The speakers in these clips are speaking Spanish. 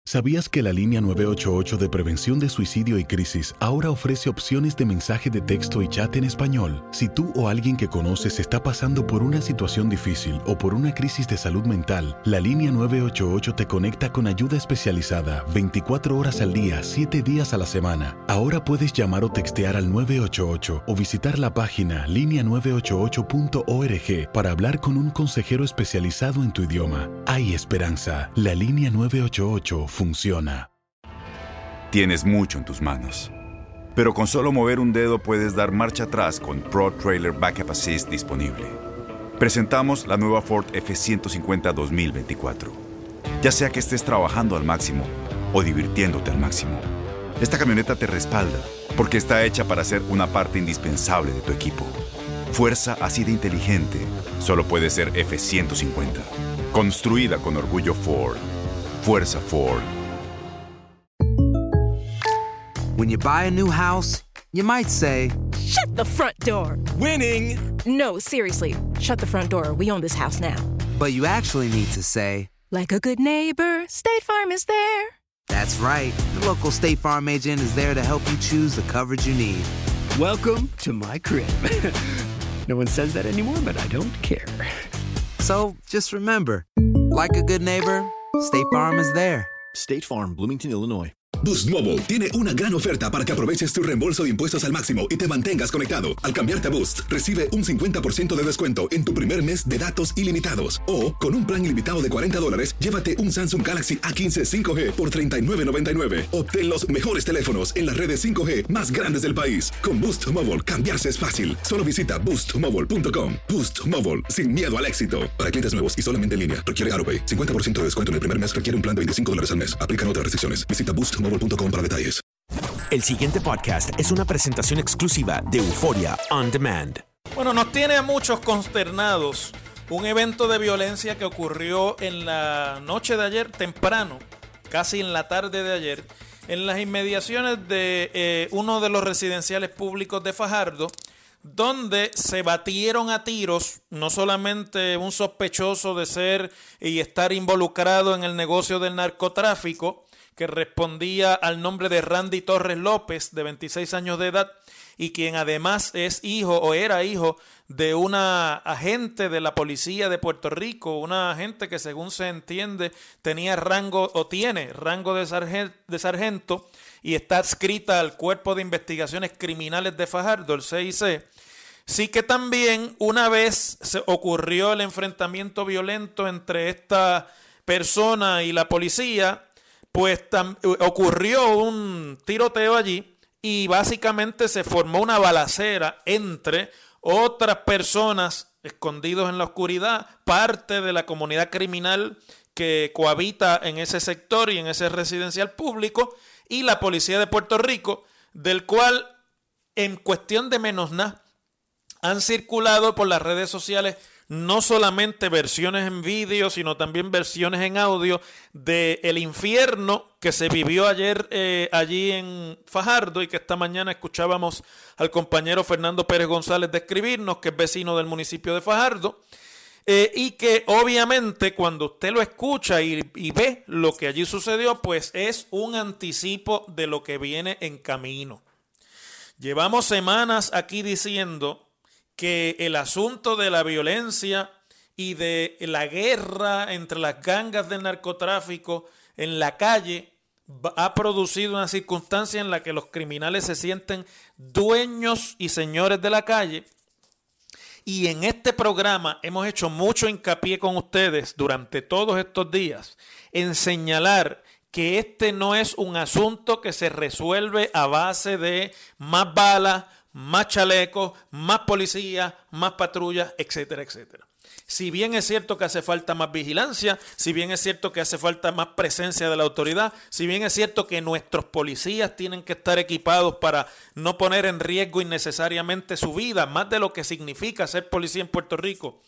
¿Sabías que la línea 988 de prevención de suicidio y crisis ahora ofrece opciones de mensaje de texto y chat en español? Si tú o alguien que conoces está pasando por una situación difícil o por una crisis de salud mental, la línea 988 te conecta con ayuda especializada 24 horas al día, 7 días a la semana. Ahora puedes llamar o textear al 988 o visitar la página linea988.org para hablar con un consejero especializado en tu idioma. Hay esperanza. La línea 988 funciona. Tienes mucho en tus manos, pero con solo mover un dedo puedes dar marcha atrás con Pro Trailer Backup Assist disponible. Presentamos la nueva Ford F-150 2024. Ya sea que estés trabajando al máximo o divirtiéndote al máximo, esta camioneta te respalda porque está hecha para ser una parte indispensable de tu equipo. Fuerza así de inteligente solo puede ser F-150. Construida con orgullo Ford. Fuerza Ford. When you buy a new house, you might say, "Shut the front door." Winning! No, seriously. Shut the front door. We own this house now. but you actually need to say, like a good neighbor, State Farm is there. That's right. The local State Farm agent is there to help you choose the coverage you need. Welcome to my crib. No one says that anymore, but I don't care. So just remember, like a good neighbor, State Farm is there. State Farm, Bloomington, Illinois. Boost Mobile tiene una gran oferta para que aproveches tu reembolso de impuestos al máximo y te mantengas conectado. Al cambiarte a Boost, recibe un 50% de descuento en tu primer mes de datos ilimitados. O, con un plan ilimitado de $40, llévate un Samsung Galaxy A15 5G por $39.99. Obtén los mejores teléfonos en las redes 5G más grandes del país. Con Boost Mobile, cambiarse es fácil. Solo visita boostmobile.com. Boost Mobile, sin miedo al éxito. Para clientes nuevos y solamente en línea, requiere AroPay. 50% de descuento en el primer mes requiere un plan de $25 al mes. Aplican otras restricciones. Visita boostmobile.com para detalles. El siguiente podcast es una presentación exclusiva de Euphoria On Demand. Bueno, nos tiene a muchos consternados un evento de violencia que ocurrió en la noche de ayer, temprano, casi en la tarde de ayer, en las inmediaciones de uno de los residenciales públicos de Fajardo, donde se batieron a tiros no solamente un sospechoso de ser y estar involucrado en el negocio del narcotráfico, que respondía al nombre de Randy Torres López, de 26 años de edad, y quien además es hijo o era hijo de una agente de la policía de Puerto Rico, una agente que según se entiende tenía rango o tiene rango de sargento y está adscrita al Cuerpo de Investigaciones Criminales de Fajardo, el CIC. Sí que también una vez se ocurrió el enfrentamiento violento entre esta persona y la policía, pues ocurrió un tiroteo allí y básicamente se formó una balacera entre otras personas escondidos en la oscuridad, parte de la comunidad criminal que cohabita en ese sector y en ese residencial público, y la policía de Puerto Rico, del cual en cuestión de menos nada han circulado por las redes sociales no solamente versiones en vídeo, sino también versiones en audio de el infierno que se vivió ayer allí en Fajardo y que esta mañana escuchábamos al compañero Fernando Pérez González describirnos, que es vecino del municipio de Fajardo, y que obviamente cuando usted lo escucha y ve lo que allí sucedió, pues es un anticipo de lo que viene en camino. Llevamos semanas aquí diciendo que el asunto de la violencia y de la guerra entre las gangas del narcotráfico en la calle ha producido una circunstancia en la que los criminales se sienten dueños y señores de la calle. Y en este programa hemos hecho mucho hincapié con ustedes durante todos estos días en señalar que este no es un asunto que se resuelve a base de más balas, más chalecos, más policía, más patrullas, etcétera, etcétera. Si bien es cierto que hace falta más vigilancia, si bien es cierto que hace falta más presencia de la autoridad, si bien es cierto que nuestros policías tienen que estar equipados para no poner en riesgo innecesariamente su vida, más de lo que significa ser policía en Puerto Rico,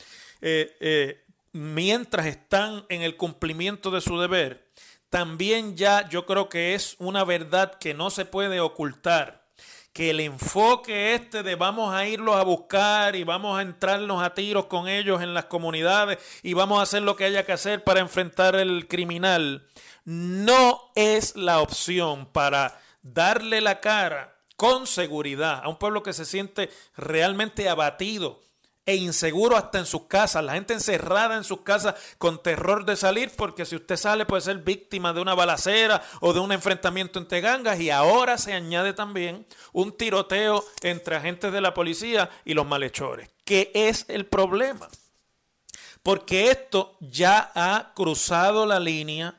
mientras están en el cumplimiento de su deber, también ya yo creo que es una verdad que no se puede ocultar, que el enfoque de vamos a irlos a buscar y vamos a entrarnos a tiros con ellos en las comunidades y vamos a hacer lo que haya que hacer para enfrentar al criminal, no es la opción para darle la cara con seguridad a un pueblo que se siente realmente abatido e inseguro hasta en sus casas, la gente encerrada en sus casas con terror de salir, porque si usted sale puede ser víctima de una balacera o de un enfrentamiento entre gangas, y ahora se añade también un tiroteo entre agentes de la policía y los malhechores. ¿Qué es el problema? Porque esto ya ha cruzado la línea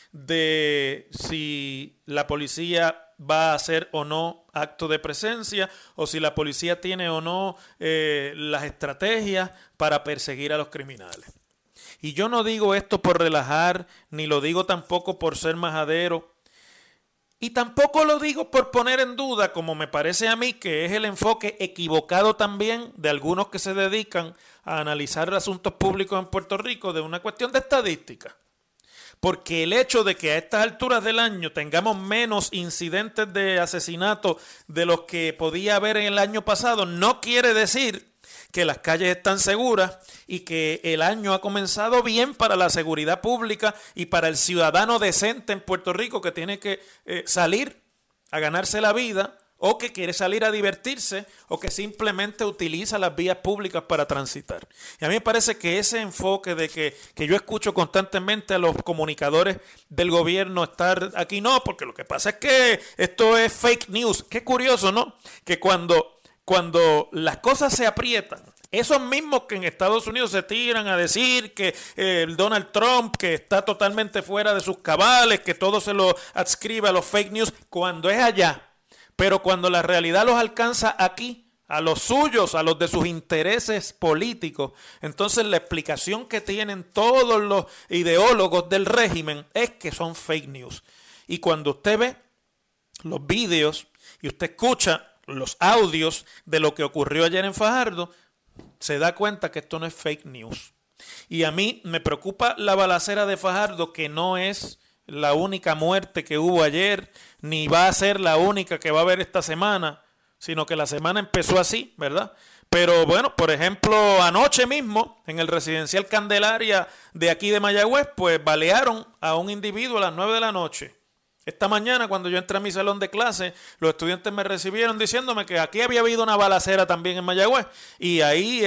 de si la policía va a hacer o no acto de presencia, o si la policía tiene o no las estrategias para perseguir a los criminales. Y yo no digo esto por relajar, ni lo digo tampoco por ser majadero, y tampoco lo digo por poner en duda, como me parece a mí, que es el enfoque equivocado también de algunos que se dedican a analizar asuntos públicos en Puerto Rico, de una cuestión de estadística. Porque el hecho de que a estas alturas del año tengamos menos incidentes de asesinato de los que podía haber en el año pasado no quiere decir que las calles están seguras y que el año ha comenzado bien para la seguridad pública y para el ciudadano decente en Puerto Rico que tiene que salir a ganarse la vida, o que quiere salir a divertirse, o que simplemente utiliza las vías públicas para transitar. Y a mí me parece que ese enfoque de que yo escucho constantemente a los comunicadores del gobierno estar aquí, no, porque lo que pasa es que esto es fake news. Qué curioso, ¿no? Que cuando las cosas se aprietan, esos mismos que en Estados Unidos se tiran a decir que el Donald Trump, que está totalmente fuera de sus cabales, que todo se lo adscribe a los fake news, cuando es allá, pero cuando la realidad los alcanza aquí, a los suyos, a los de sus intereses políticos, entonces la explicación que tienen todos los ideólogos del régimen es que son fake news. Y cuando usted ve los vídeos y usted escucha los audios de lo que ocurrió ayer en Fajardo, se da cuenta que esto no es fake news. Y a mí me preocupa la balacera de Fajardo, que no es la única muerte que hubo ayer, ni va a ser la única que va a haber esta semana, sino que la semana empezó así, ¿verdad? Pero bueno, por ejemplo, anoche mismo, en el residencial Candelaria de aquí de Mayagüez, pues balearon a un individuo a las 9 de la noche. Esta mañana, cuando yo entré a mi salón de clase, los estudiantes me recibieron diciéndome que aquí había habido una balacera también en Mayagüez, y ahí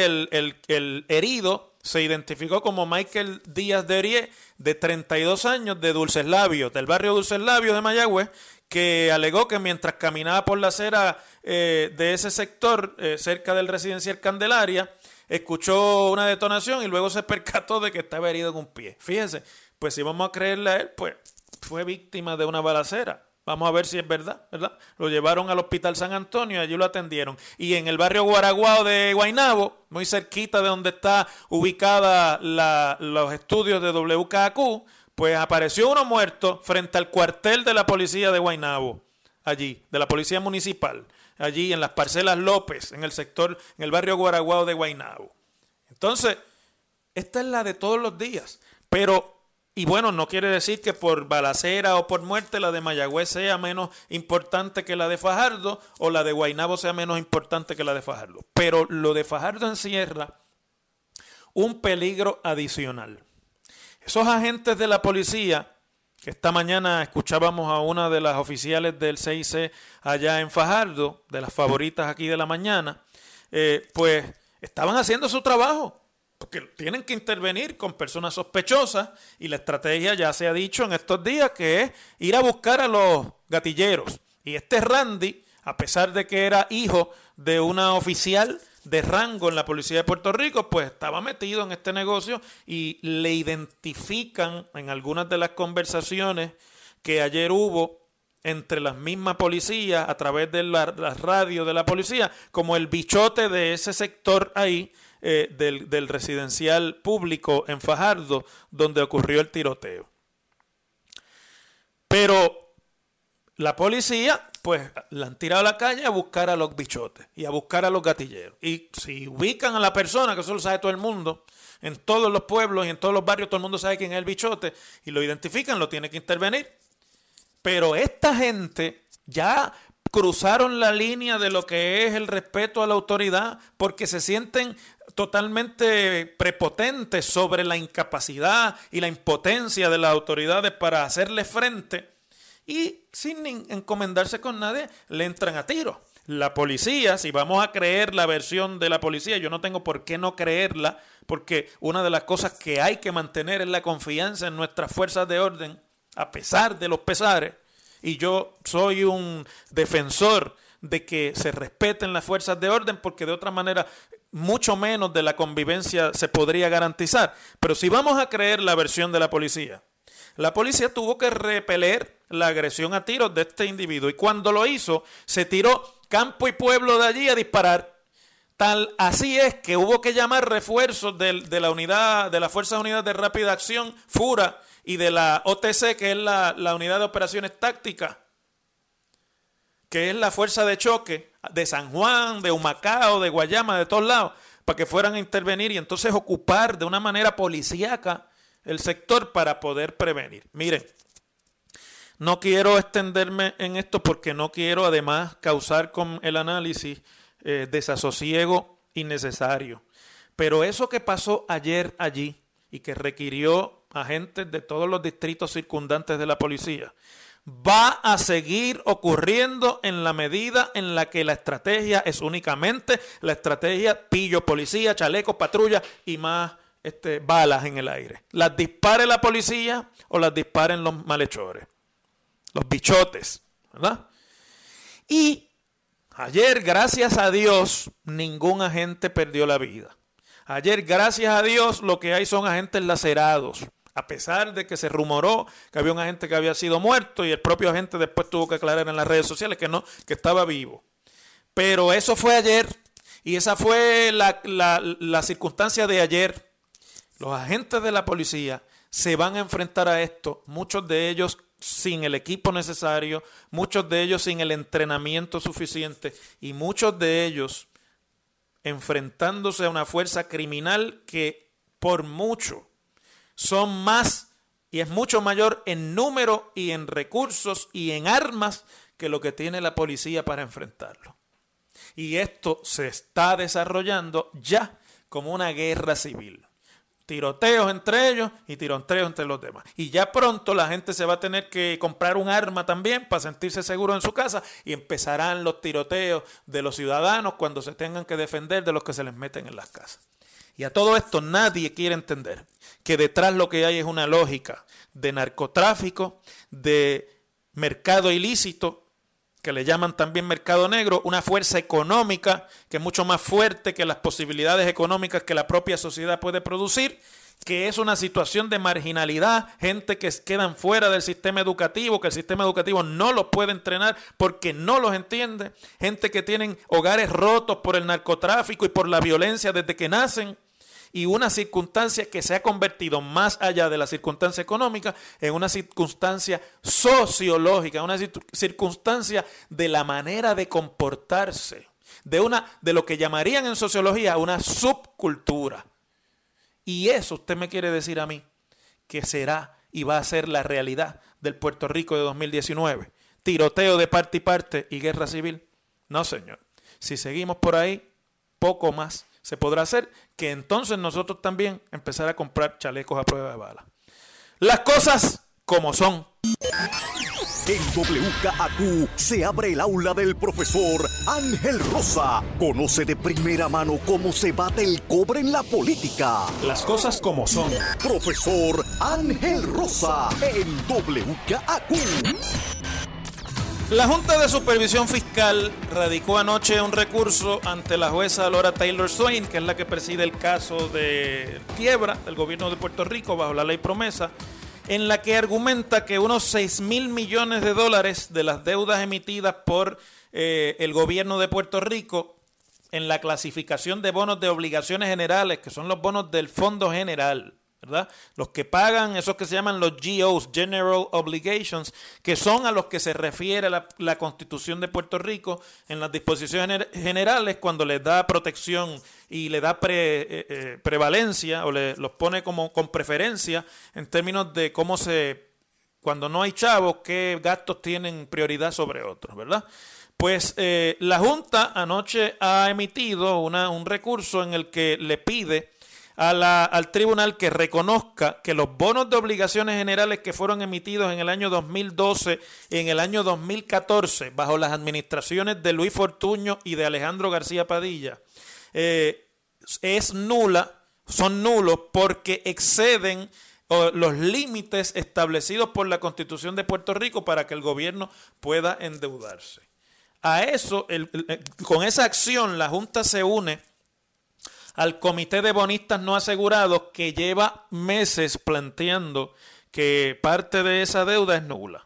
el herido se identificó como Michael Díaz Derié, de 32 años, de Dulces Labios, del barrio Dulces Labios de Mayagüez, que alegó que mientras caminaba por la acera de ese sector, cerca del residencial Candelaria, escuchó una detonación y luego se percató de que estaba herido en un pie. Fíjense, pues si vamos a creerle a él, pues fue víctima de una balacera. Vamos a ver si es verdad, ¿verdad? Lo llevaron al Hospital San Antonio y allí lo atendieron. Y en el barrio Guaraguao de Guaynabo, muy cerquita de donde está ubicada los estudios de WKAQ, pues apareció uno muerto frente al cuartel de la policía de Guaynabo, allí, de la policía municipal, allí en las parcelas López, en el sector, en el barrio Guaraguao de Guaynabo. Entonces, esta es la de todos los días, pero... Y bueno, no quiere decir que por balacera o por muerte la de Mayagüez sea menos importante que la de Fajardo, o la de Guaynabo sea menos importante que la de Fajardo. Pero lo de Fajardo encierra un peligro adicional. Esos agentes de la policía, que esta mañana escuchábamos a una de las oficiales del CIC allá en Fajardo, de las favoritas aquí de la mañana, pues estaban haciendo su trabajo. Porque tienen que intervenir con personas sospechosas, y la estrategia ya se ha dicho en estos días que es ir a buscar a los gatilleros. Y este Randy, a pesar de que era hijo de una oficial de rango en la policía de Puerto Rico, pues estaba metido en este negocio, y le identifican en algunas de las conversaciones que ayer hubo entre las mismas policías a través de la radio de la policía como el bichote de ese sector ahí, del residencial público en Fajardo, donde ocurrió el tiroteo. Pero la policía, pues, la han tirado a la calle a buscar a los bichotes y a buscar a los gatilleros. Y si ubican a la persona, que eso lo sabe todo el mundo, en todos los pueblos y en todos los barrios todo el mundo sabe quién es el bichote, y lo identifican, lo tiene que intervenir. Pero esta gente ya cruzaron la línea de lo que es el respeto a la autoridad porque se sienten totalmente prepotentes sobre la incapacidad y la impotencia de las autoridades para hacerle frente y sin encomendarse con nadie le entran a tiro. La policía, si vamos a creer la versión de la policía, yo no tengo por qué no creerla, porque una de las cosas que hay que mantener es la confianza en nuestras fuerzas de orden, a pesar de los pesares, y yo soy un defensor de que se respeten las fuerzas de orden, porque de otra manera mucho menos de la convivencia se podría garantizar. Pero si vamos a creer la versión de la policía tuvo que repeler la agresión a tiros de este individuo, y cuando lo hizo, se tiró campo y pueblo de allí a disparar. Tal así es que hubo que llamar refuerzos de la unidad, de las Fuerzas Unidas de Rápida Acción, FURA, y de la OTC, que es la Unidad de Operaciones Tácticas, que es la fuerza de choque de San Juan, de Humacao, de Guayama, de todos lados, para que fueran a intervenir y entonces ocupar de una manera policíaca el sector para poder prevenir. Miren, no quiero extenderme en esto porque no quiero además causar con el análisis desasosiego innecesario. Pero eso que pasó ayer allí y que requirió agentes de todos los distritos circundantes de la policía, va a seguir ocurriendo en la medida en la que la estrategia es únicamente la estrategia pillo policía, chaleco, patrulla y más balas en el aire. Las dispare la policía o las disparen los malhechores, los bichotes, ¿verdad? Y ayer, gracias a Dios, ningún agente perdió la vida. Ayer, gracias a Dios, lo que hay son agentes lacerados. A pesar de que se rumoró que había un agente que había sido muerto y el propio agente después tuvo que aclarar en las redes sociales que no, que estaba vivo. Pero eso fue ayer y esa fue la circunstancia de ayer. Los agentes de la policía se van a enfrentar a esto, muchos de ellos sin el equipo necesario, muchos de ellos sin el entrenamiento suficiente y muchos de ellos enfrentándose a una fuerza criminal que por mucho son más y es mucho mayor en número y en recursos y en armas que lo que tiene la policía para enfrentarlo. Y esto se está desarrollando ya como una guerra civil. Tiroteos entre ellos y tiroteos entre los demás. Y ya pronto la gente se va a tener que comprar un arma también para sentirse seguro en su casa y empezarán los tiroteos de los ciudadanos cuando se tengan que defender de los que se les meten en las casas. Y a todo esto nadie quiere entender que detrás lo que hay es una lógica de narcotráfico, de mercado ilícito, que le llaman también mercado negro, una fuerza económica que es mucho más fuerte que las posibilidades económicas que la propia sociedad puede producir, que es una situación de marginalidad, gente que quedan fuera del sistema educativo, que el sistema educativo no los puede entrenar porque no los entiende, gente que tienen hogares rotos por el narcotráfico y por la violencia desde que nacen, y una circunstancia que se ha convertido más allá de la circunstancia económica en una circunstancia sociológica, una circunstancia de la manera de comportarse, de lo que llamarían en sociología una subcultura. Y eso usted me quiere decir a mí que será y va a ser la realidad del Puerto Rico de 2019. Tiroteo de parte y parte y guerra civil. No, señor. Si seguimos por ahí, poco más se podrá hacer que entonces nosotros también empezar a comprar chalecos a prueba de bala. Las cosas como son. En WKAQ se abre el aula del profesor Ángel Rosa. Conoce de primera mano cómo se bate el cobre en la política. Las cosas como son. Profesor Ángel Rosa en WKAQ. La Junta de Supervisión Fiscal radicó anoche un recurso ante la jueza Laura Taylor Swain, que es la que preside el caso de quiebra del gobierno de Puerto Rico bajo la ley promesa, en la que argumenta que unos $6,000 millones de las deudas emitidas por el gobierno de Puerto Rico en la clasificación de bonos de obligaciones generales, que son los bonos del Fondo General, ¿verdad? Los que pagan, esos que se llaman los GOs, General Obligations, que son a los que se refiere la Constitución de Puerto Rico en las disposiciones generales cuando les da protección y le da prevalencia o los pone como con preferencia en términos de cómo se cuando no hay chavos, qué gastos tienen prioridad sobre otros, ¿verdad? Pues la Junta anoche ha emitido un recurso en el que le pide al tribunal que reconozca que los bonos de obligaciones generales que fueron emitidos en el año 2012 y en el año 2014 bajo las administraciones de Luis Fortuño y de Alejandro García Padilla son nulos porque exceden los límites establecidos por la Constitución de Puerto Rico para que el gobierno pueda endeudarse. A eso, con esa acción, la Junta se une al Comité de Bonistas No Asegurados, que lleva meses planteando que parte de esa deuda es nula.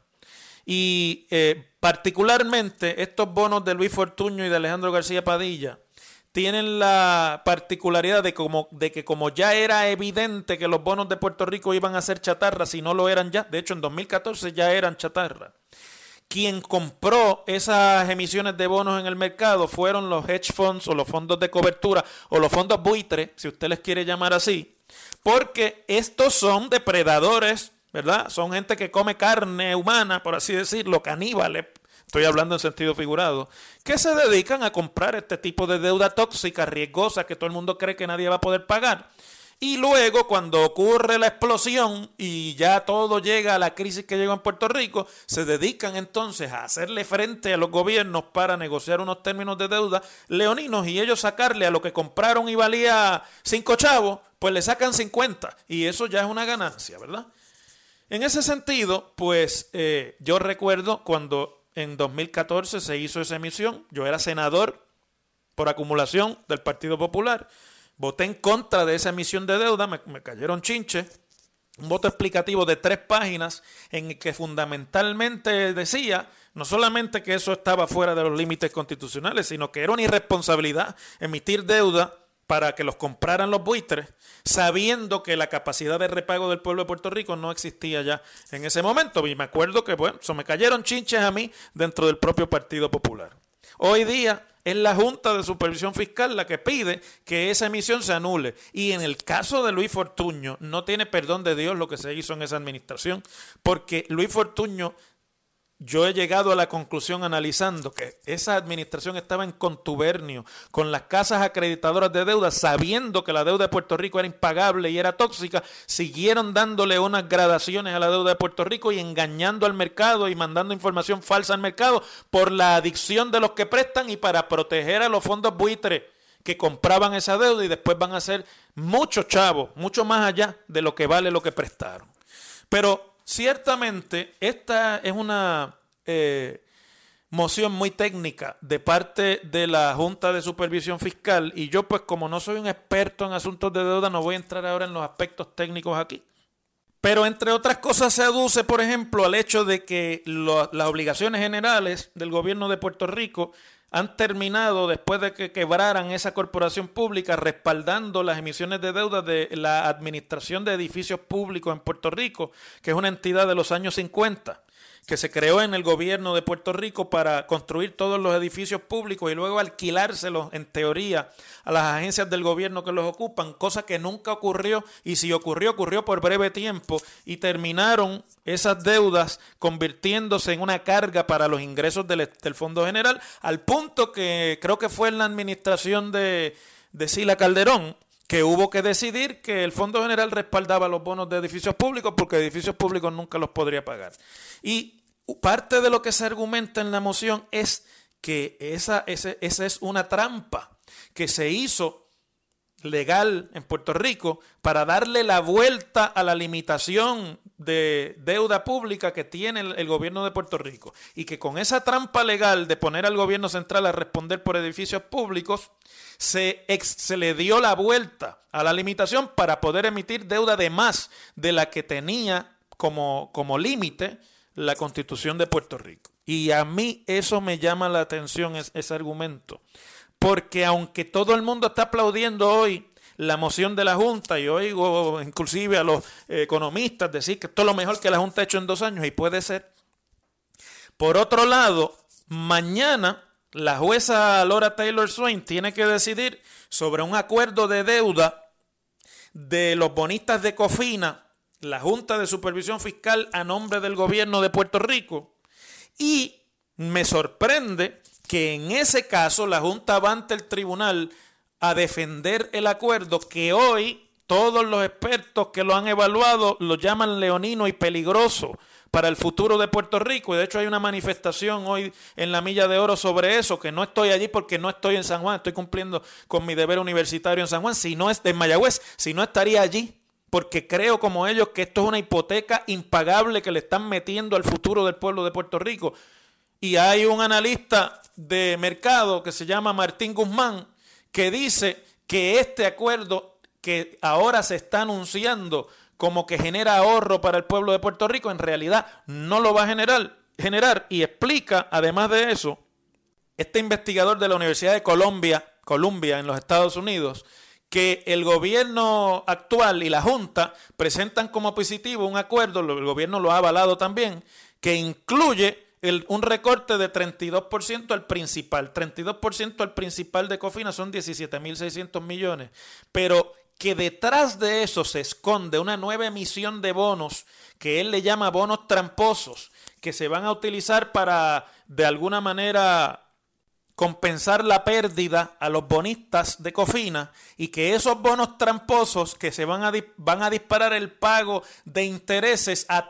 Y particularmente estos bonos de Luis Fortuño y de Alejandro García Padilla tienen la particularidad de que como ya era evidente que los bonos de Puerto Rico iban a ser chatarra, si no lo eran ya, de hecho en 2014 ya eran chatarra. Quien compró esas emisiones de bonos en el mercado fueron los hedge funds o los fondos de cobertura o los fondos buitre, si usted les quiere llamar así, porque estos son depredadores, ¿verdad? Son gente que come carne humana, por así decirlo, caníbales, estoy hablando en sentido figurado, que se dedican a comprar este tipo de deuda tóxica, riesgosa, que todo el mundo cree que nadie va a poder pagar. Y luego, cuando ocurre la explosión y ya todo llega a la crisis que llegó en Puerto Rico, se dedican entonces a hacerle frente a los gobiernos para negociar unos términos de deuda leoninos y ellos sacarle a lo que compraron y valía 5 chavos, pues le sacan 50 y eso ya es una ganancia, ¿verdad? En ese sentido, pues yo recuerdo cuando en 2014 se hizo esa emisión, yo era senador por acumulación del Partido Popular. Voté en contra de esa emisión de deuda, me cayeron chinches, un voto explicativo de 3 páginas en el que fundamentalmente decía no solamente que eso estaba fuera de los límites constitucionales, sino que era una irresponsabilidad emitir deuda para que los compraran los buitres, sabiendo que la capacidad de repago del pueblo de Puerto Rico no existía ya en ese momento. Y me acuerdo que, bueno, me cayeron chinches a mí dentro del propio Partido Popular. Hoy día es la Junta de Supervisión Fiscal la que pide que esa emisión se anule. Y en el caso de Luis Fortuño, no tiene perdón de Dios lo que se hizo en esa administración, porque Luis Fortuño, yo he llegado a la conclusión analizando que esa administración estaba en contubernio con las casas acreditadoras de deuda, sabiendo que la deuda de Puerto Rico era impagable y era tóxica, siguieron dándole unas gradaciones a la deuda de Puerto Rico y engañando al mercado y mandando información falsa al mercado por la adicción de los que prestan y para proteger a los fondos buitres que compraban esa deuda y después van a ser muchos chavos, mucho más allá de lo que vale lo que prestaron. Pero ciertamente, esta es una moción muy técnica de parte de la Junta de Supervisión Fiscal y yo, pues como no soy un experto en asuntos de deuda, no voy a entrar ahora en los aspectos técnicos aquí. Pero entre otras cosas se aduce, por ejemplo, al hecho de que las obligaciones generales del gobierno de Puerto Rico han terminado después de que quebraran esa corporación pública respaldando las emisiones de deuda de la Administración de Edificios Públicos en Puerto Rico, que es una entidad de los años 50, que se creó en el gobierno de Puerto Rico para construir todos los edificios públicos y luego alquilárselos, en teoría, a las agencias del gobierno que los ocupan, cosa que nunca ocurrió, y si ocurrió, ocurrió por breve tiempo, y terminaron esas deudas convirtiéndose en una carga para los ingresos del Fondo General, al punto que creo que fue en la administración de Sila Calderón, que hubo que decidir que el Fondo General respaldaba los bonos de edificios públicos porque edificios públicos nunca los podría pagar. Y parte de lo que se argumenta en la moción es que esa es una trampa que se hizo legal en Puerto Rico para darle la vuelta a la limitación de deuda pública que tiene el gobierno de Puerto Rico y que con esa trampa legal de poner al gobierno central a responder por edificios públicos se le dio la vuelta a la limitación para poder emitir deuda de más de la que tenía como límite la Constitución de Puerto Rico. Y a mí eso me llama la atención, ese argumento. Porque aunque todo el mundo está aplaudiendo hoy la moción de la Junta, y oigo inclusive a los economistas decir que esto es lo mejor que la Junta ha hecho en 2 años, y puede ser. Por otro lado, mañana la jueza Laura Taylor Swain tiene que decidir sobre un acuerdo de deuda de los bonistas de Cofina, la Junta de Supervisión Fiscal a nombre del gobierno de Puerto Rico, y me sorprende que en ese caso la Junta va ante el tribunal a defender el acuerdo que hoy todos los expertos que lo han evaluado lo llaman leonino y peligroso para el futuro de Puerto Rico. Y de hecho hay una manifestación hoy en la Milla de Oro sobre eso, que no estoy allí porque no estoy en San Juan, estoy cumpliendo con mi deber universitario en San Juan, si no es en Mayagüez, si no estaría allí, porque creo como ellos que esto es una hipoteca impagable que le están metiendo al futuro del pueblo de Puerto Rico. Y hay un analista de mercado que se llama Martín Guzmán que dice que este acuerdo que ahora se está anunciando como que genera ahorro para el pueblo de Puerto Rico, en realidad no lo va a generar, y explica, además de eso, este investigador de la Universidad de Columbia en los Estados Unidos, que el gobierno actual y la Junta presentan como positivo un acuerdo, el gobierno lo ha avalado también, que incluye un recorte de 32% al principal. 32% al principal de Cofina son 17.600 millones, pero que detrás de eso se esconde una nueva emisión de bonos que él le llama bonos tramposos, que se van a utilizar para, de alguna manera, compensar la pérdida a los bonistas de Cofina, y que esos bonos tramposos que se van a disparar el pago de intereses a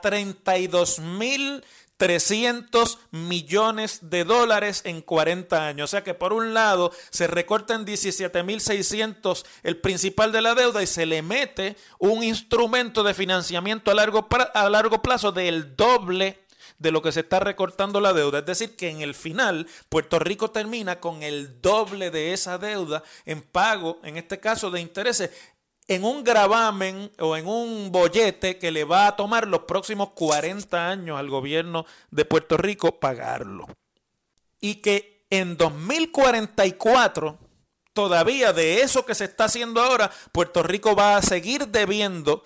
32.300 millones de dólares en 40 años. O sea que por un lado se recorta en 17.600 el principal de la deuda y se le mete un instrumento de financiamiento a largo plazo del doble de lo que se está recortando la deuda. Es decir, que en el final Puerto Rico termina con el doble de esa deuda en pago, en este caso de intereses, en un gravamen o en un bollete que le va a tomar los próximos 40 años al gobierno de Puerto Rico pagarlo. Y que en 2044, todavía de eso que se está haciendo ahora, Puerto Rico va a seguir debiendo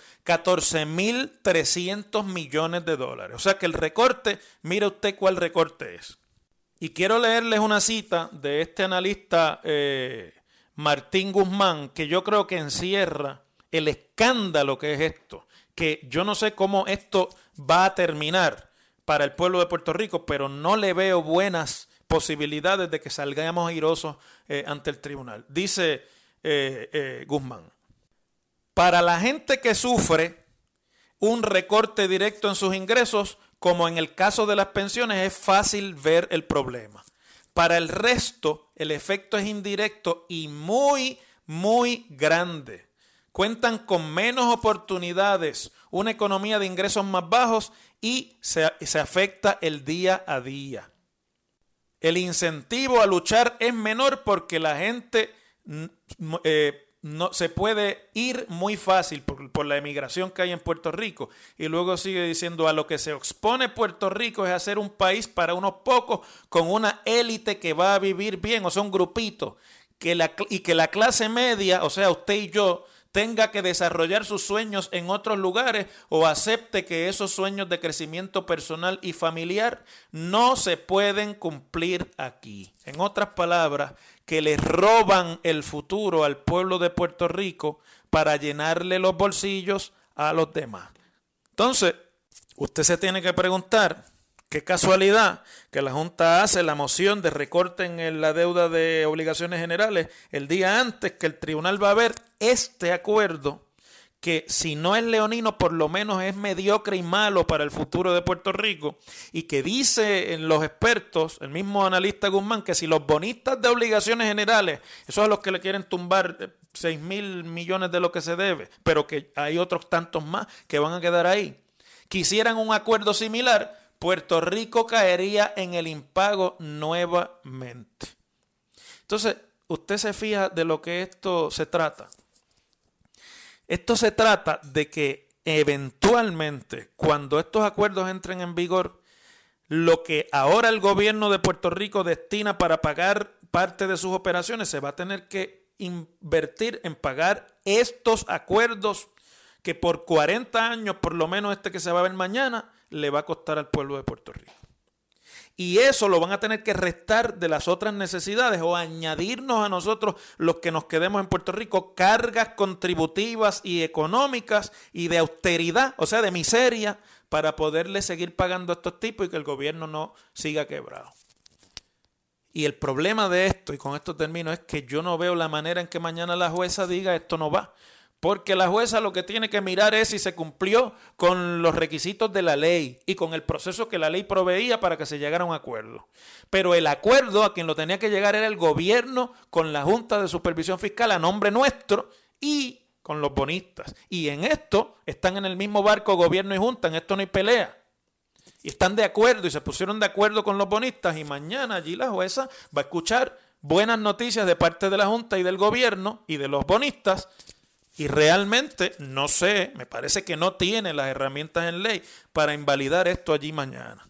14.300 millones de dólares. O sea que el recorte, mire usted cuál recorte es. Y quiero leerles una cita de este analista Martín Guzmán, que yo creo que encierra el escándalo que es esto, que yo no sé cómo esto va a terminar para el pueblo de Puerto Rico, pero no le veo buenas posibilidades de que salgamos airosos ante el tribunal. Dice Guzmán: para la gente que sufre un recorte directo en sus ingresos, como en el caso de las pensiones, es fácil ver el problema. Para el resto, el efecto es indirecto y muy, muy grande. Cuentan con menos oportunidades, una economía de ingresos más bajos y se afecta el día a día. El incentivo a luchar es menor porque la gente no se puede ir muy fácil por la emigración que hay en Puerto Rico. Y luego sigue diciendo: a lo que se expone Puerto Rico es hacer un país para unos pocos con una élite que va a vivir bien, o sea, un grupito, y que la clase media, o sea, usted y yo, tenga que desarrollar sus sueños en otros lugares o acepte que esos sueños de crecimiento personal y familiar no se pueden cumplir aquí. En otras palabras, que le roban el futuro al pueblo de Puerto Rico para llenarle los bolsillos a los demás. Entonces, usted se tiene que preguntar, qué casualidad que la Junta hace la moción de recorte en la deuda de obligaciones generales el día antes que el tribunal va a ver este acuerdo, que si no es leonino, por lo menos es mediocre y malo para el futuro de Puerto Rico, y que dice en los expertos, el mismo analista Guzmán, que si los bonistas de obligaciones generales, esos a los que le quieren tumbar 6.000 millones de lo que se debe, pero que hay otros tantos más que van a quedar ahí, quisieran un acuerdo similar, Puerto Rico caería en el impago nuevamente. Entonces, usted se fija de lo que esto se trata. Esto se trata de que eventualmente, cuando estos acuerdos entren en vigor, lo que ahora el gobierno de Puerto Rico destina para pagar parte de sus operaciones se va a tener que invertir en pagar estos acuerdos que por 40 años, por lo menos este que se va a ver mañana, le va a costar al pueblo de Puerto Rico. Y eso lo van a tener que restar de las otras necesidades o añadirnos a nosotros, los que nos quedemos en Puerto Rico, cargas contributivas y económicas y de austeridad, o sea, de miseria, para poderle seguir pagando a estos tipos y que el gobierno no siga quebrado. Y el problema de esto, y con esto termino, es que yo no veo la manera en que mañana la jueza diga esto no va. Porque la jueza lo que tiene que mirar es si se cumplió con los requisitos de la ley y con el proceso que la ley proveía para que se llegara a un acuerdo. Pero el acuerdo a quien lo tenía que llegar era el gobierno con la Junta de Supervisión Fiscal a nombre nuestro y con los bonistas. Y en esto están en el mismo barco gobierno y Junta, en esto no hay pelea. Y están de acuerdo y se pusieron de acuerdo con los bonistas y mañana allí la jueza va a escuchar buenas noticias de parte de la Junta y del gobierno y de los bonistas. Y realmente, no sé, me parece que no tiene las herramientas en ley para invalidar esto allí mañana.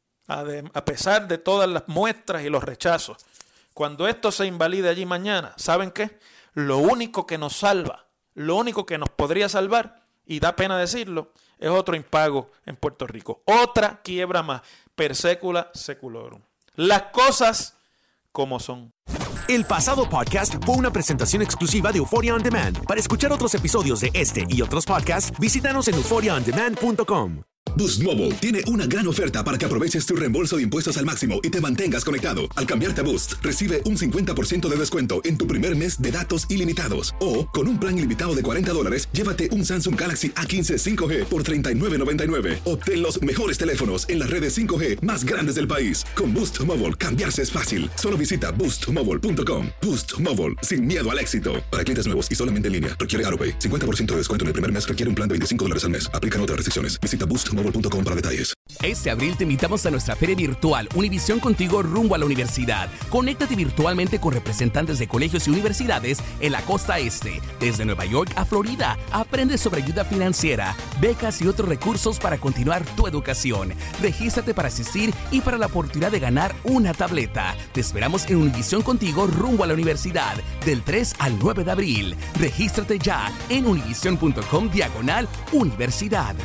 A pesar de todas las muestras y los rechazos. Cuando esto se invalide allí mañana, ¿saben qué? Lo único que nos salva, lo único que nos podría salvar, y da pena decirlo, es otro impago en Puerto Rico. Otra quiebra más, per secula seculorum. Las cosas como son. El pasado podcast fue una presentación exclusiva de Euphoria On Demand. Para escuchar otros episodios de este y otros podcasts, visítanos en euphoriaondemand.com. Boost Mobile tiene una gran oferta para que aproveches tu reembolso de impuestos al máximo y te mantengas conectado. Al cambiarte a Boost, recibe un 50% de descuento en tu primer mes de datos ilimitados. O, con un plan ilimitado de $40, llévate un Samsung Galaxy A15 5G por $39.99. Obtén los mejores teléfonos en las redes 5G más grandes del país. Con Boost Mobile, cambiarse es fácil. Solo visita boostmobile.com. Boost Mobile, sin miedo al éxito. Para clientes nuevos y solamente en línea, requiere AutoPay. 50% de descuento en el primer mes requiere un plan de $25 al mes. Aplican otras restricciones. Visita boostmobile.com para detalles. Este abril te invitamos a nuestra feria virtual Univisión Contigo rumbo a la universidad. Conéctate virtualmente con representantes de colegios y universidades en la costa este. Desde Nueva York a Florida, aprende sobre ayuda financiera, becas y otros recursos para continuar tu educación. Regístrate para asistir y para la oportunidad de ganar una tableta. Te esperamos en Univisión Contigo rumbo a la universidad del 3 al 9 de abril. Regístrate ya en univision.com/universidad.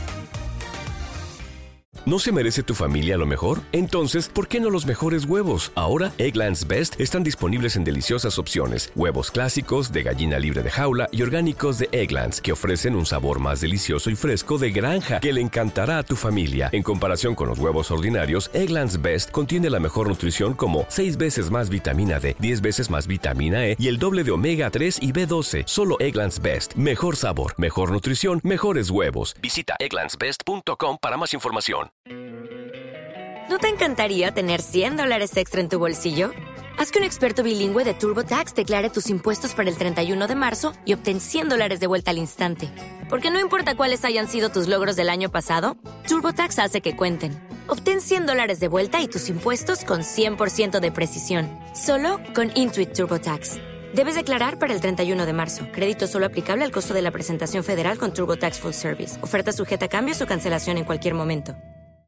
¿No se merece tu familia lo mejor? Entonces, ¿por qué no los mejores huevos? Ahora, Eggland's Best están disponibles en deliciosas opciones. Huevos clásicos, de gallina libre de jaula y orgánicos de Eggland's, que ofrecen un sabor más delicioso y fresco de granja que le encantará a tu familia. En comparación con los huevos ordinarios, Eggland's Best contiene la mejor nutrición como 6 veces más vitamina D, 10 veces más vitamina E y el doble de omega 3 y B12. Solo Eggland's Best. Mejor sabor, mejor nutrición, mejores huevos. Visita egglandsbest.com para más información. ¿No te encantaría tener $100 extra en tu bolsillo? Haz que un experto bilingüe de TurboTax declare tus impuestos para el 31 de marzo y obtén $100 de vuelta al instante. Porque no importa cuáles hayan sido tus logros del año pasado, TurboTax hace que cuenten. Obtén $100 de vuelta y tus impuestos con 100% de precisión. Solo con Intuit TurboTax. Debes declarar para el 31 de marzo. Crédito solo aplicable al costo de la presentación federal con TurboTax Full Service. Oferta sujeta a cambios o cancelación en cualquier momento.